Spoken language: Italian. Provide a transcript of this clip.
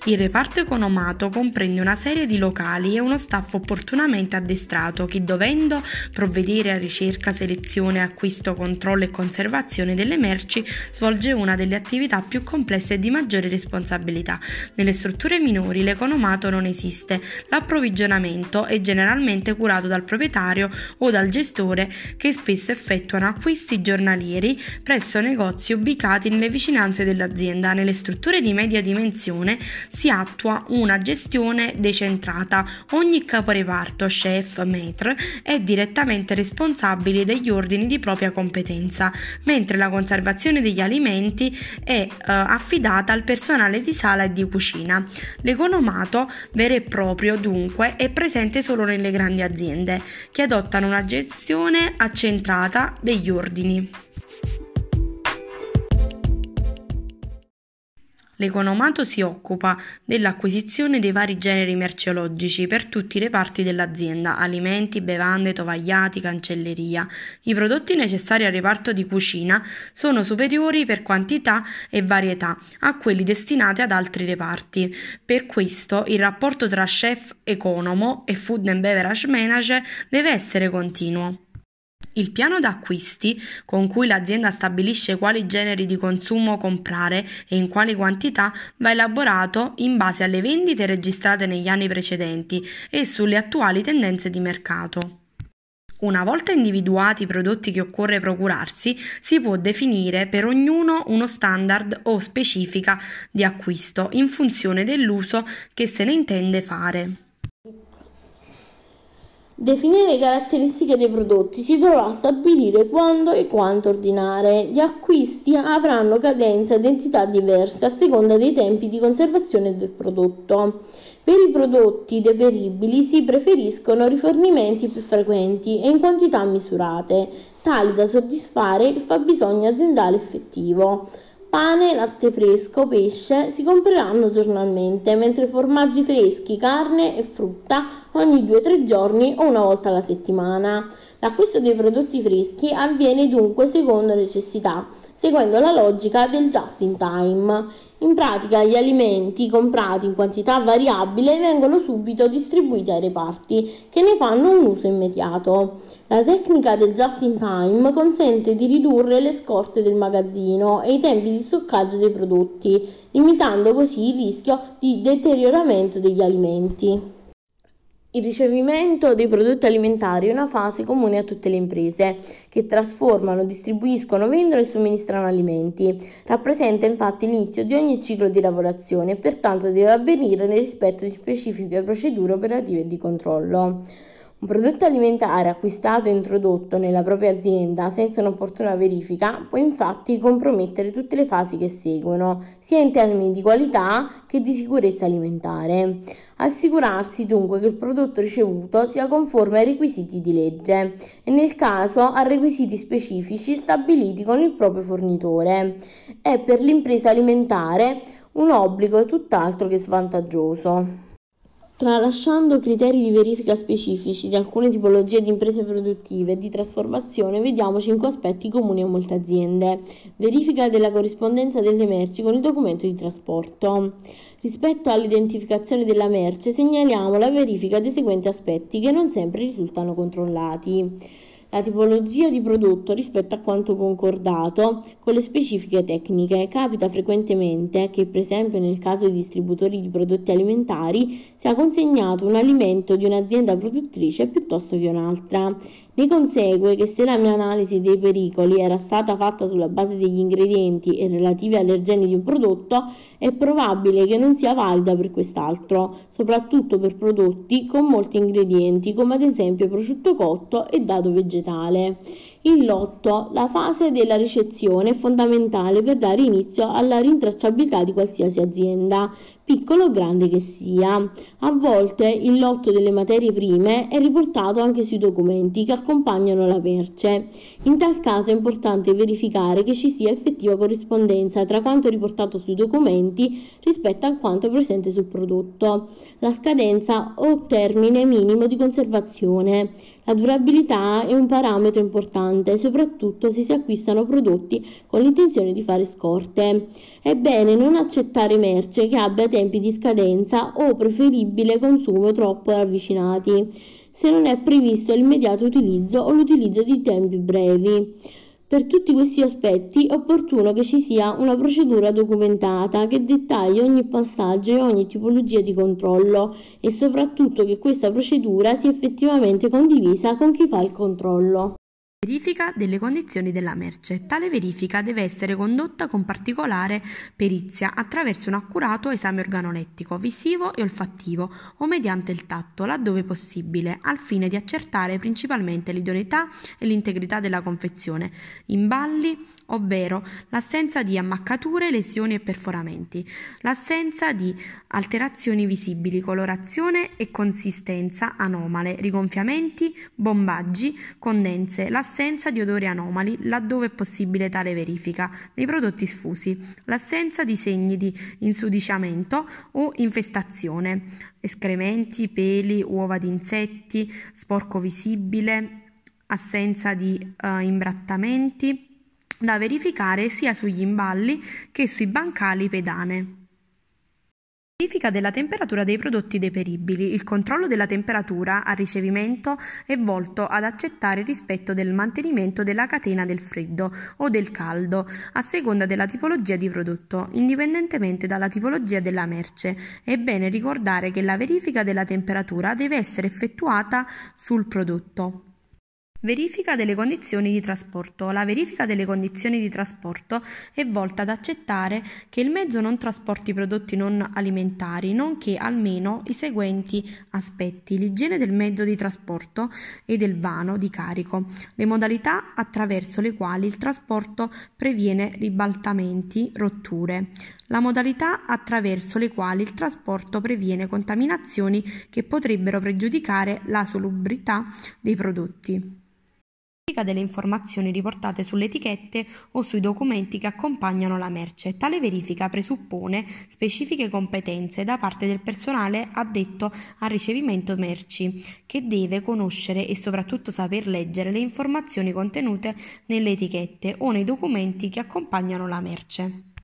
Il reparto economato comprende una serie di locali e uno staff opportunamente addestrato che, dovendo provvedere a ricerca, selezione, acquisto, controllo e conservazione delle merci, svolge una delle attività più complesse e di maggiore responsabilità. Nelle strutture minori l'economato non esiste. L'approvvigionamento è generalmente curato dal proprietario o dal gestore, che spesso effettuano acquisti giornalieri presso negozi ubicati nelle vicinanze dell'azienda. Nelle strutture di media dimensione si attua una gestione decentrata. Ogni caporeparto, chef, maître, è direttamente responsabile degli ordini di propria competenza, mentre la conservazione degli alimenti è affidata al personale di sala e di cucina. L'economato vero e proprio, dunque, è presente solo nelle grandi aziende, che adottano una gestione accentrata degli ordini. L'economato si occupa dell'acquisizione dei vari generi merceologici per tutti i reparti dell'azienda: alimenti, bevande, tovagliati, cancelleria. I prodotti necessari al reparto di cucina sono superiori per quantità e varietà a quelli destinati ad altri reparti. Per questo il rapporto tra chef economo e food and beverage manager deve essere continuo. Il piano d'acquisti, con cui l'azienda stabilisce quali generi di consumo comprare e in quali quantità, va elaborato in base alle vendite registrate negli anni precedenti e sulle attuali tendenze di mercato. Una volta individuati i prodotti che occorre procurarsi, si può definire per ognuno uno standard o specifica di acquisto in funzione dell'uso che se ne intende fare. Definire le caratteristiche dei prodotti, si dovrà stabilire quando e quanto ordinare. Gli acquisti avranno cadenza ed entità diverse a seconda dei tempi di conservazione del prodotto. Per i prodotti deperibili si preferiscono rifornimenti più frequenti e in quantità misurate, tali da soddisfare il fabbisogno aziendale effettivo. Pane, latte fresco, pesce si compreranno giornalmente, mentre formaggi freschi, carne e frutta ogni 2-3 giorni o una volta alla settimana. L'acquisto dei prodotti freschi avviene dunque secondo necessità, seguendo la logica del just in time. In pratica gli alimenti comprati in quantità variabile vengono subito distribuiti ai reparti, che ne fanno un uso immediato. La tecnica del just in time consente di ridurre le scorte del magazzino e i tempi di stoccaggio dei prodotti, limitando così il rischio di deterioramento degli alimenti. Il ricevimento dei prodotti alimentari è una fase comune a tutte le imprese che trasformano, distribuiscono, vendono e somministrano alimenti. Rappresenta infatti l'inizio di ogni ciclo di lavorazione e pertanto deve avvenire nel rispetto di specifiche procedure operative e di controllo. Un prodotto alimentare acquistato e introdotto nella propria azienda senza un'opportuna verifica può infatti compromettere tutte le fasi che seguono, sia in termini di qualità che di sicurezza alimentare. Assicurarsi dunque che il prodotto ricevuto sia conforme ai requisiti di legge e, nel caso, a requisiti specifici stabiliti con il proprio fornitore. È per l'impresa alimentare un obbligo tutt'altro che svantaggioso. Tralasciando criteri di verifica specifici di alcune tipologie di imprese produttive e di trasformazione, vediamo 5 aspetti comuni a molte aziende. Verifica della corrispondenza delle merci con il documento di trasporto. Rispetto all'identificazione della merce, segnaliamo la verifica dei seguenti aspetti che non sempre risultano controllati. La tipologia di prodotto rispetto a quanto concordato con le specifiche tecniche. Capita frequentemente che, per esempio nel caso di distributori di prodotti alimentari, sia consegnato un alimento di un'azienda produttrice piuttosto che un'altra. Ne consegue che se la mia analisi dei pericoli era stata fatta sulla base degli ingredienti e relativi allergeni di un prodotto, è probabile che non sia valida per quest'altro, soprattutto per prodotti con molti ingredienti, come ad esempio prosciutto cotto e dado vegetale. Il lotto, la fase della ricezione, è fondamentale per dare inizio alla rintracciabilità di qualsiasi azienda, piccolo o grande che sia. A volte il lotto delle materie prime è riportato anche sui documenti che accompagnano la merce. In tal caso è importante verificare che ci sia effettiva corrispondenza tra quanto riportato sui documenti rispetto a quanto è presente sul prodotto. La scadenza o termine minimo di conservazione. La durabilità è un parametro importante, soprattutto se si acquistano prodotti con l'intenzione di fare scorte. È bene non accettare merce che abbia tempi di scadenza o preferibile consumo troppo ravvicinati, se non è previsto l'immediato utilizzo o l'utilizzo di tempi brevi. Per tutti questi aspetti è opportuno che ci sia una procedura documentata che dettagli ogni passaggio e ogni tipologia di controllo e soprattutto che questa procedura sia effettivamente condivisa con chi fa il controllo. Verifica delle condizioni della merce. Tale verifica deve essere condotta con particolare perizia attraverso un accurato esame organolettico, visivo e olfattivo o mediante il tatto, laddove possibile, al fine di accertare principalmente l'idoneità e l'integrità della confezione, imballi, ovvero l'assenza di ammaccature, lesioni e perforamenti, l'assenza di alterazioni visibili, colorazione e consistenza anomale, rigonfiamenti, bombaggi, condense, l'assenza di odori anomali, laddove è possibile tale verifica, dei prodotti sfusi, l'assenza di segni di insudiciamento o infestazione, escrementi, peli, uova di insetti, sporco visibile, assenza di imbrattamenti, da verificare sia sugli imballi che sui bancali pedane. Verifica della temperatura dei prodotti deperibili. Il controllo della temperatura a ricevimento è volto ad accertare il rispetto del mantenimento della catena del freddo o del caldo, a seconda della tipologia di prodotto, indipendentemente dalla tipologia della merce. È bene ricordare che la verifica della temperatura deve essere effettuata sul prodotto. Verifica delle condizioni di trasporto. La verifica delle condizioni di trasporto è volta ad accertare che il mezzo non trasporti prodotti non alimentari, nonché almeno i seguenti aspetti: l'igiene del mezzo di trasporto e del vano di carico, le modalità attraverso le quali il trasporto previene ribaltamenti, rotture, la modalità attraverso le quali il trasporto previene contaminazioni che potrebbero pregiudicare la salubrità dei prodotti. Verifica delle informazioni riportate sulle etichette o sui documenti che accompagnano la merce. Tale verifica presuppone specifiche competenze da parte del personale addetto al ricevimento merci, che deve conoscere e soprattutto saper leggere le informazioni contenute nelle etichette o nei documenti che accompagnano la merce.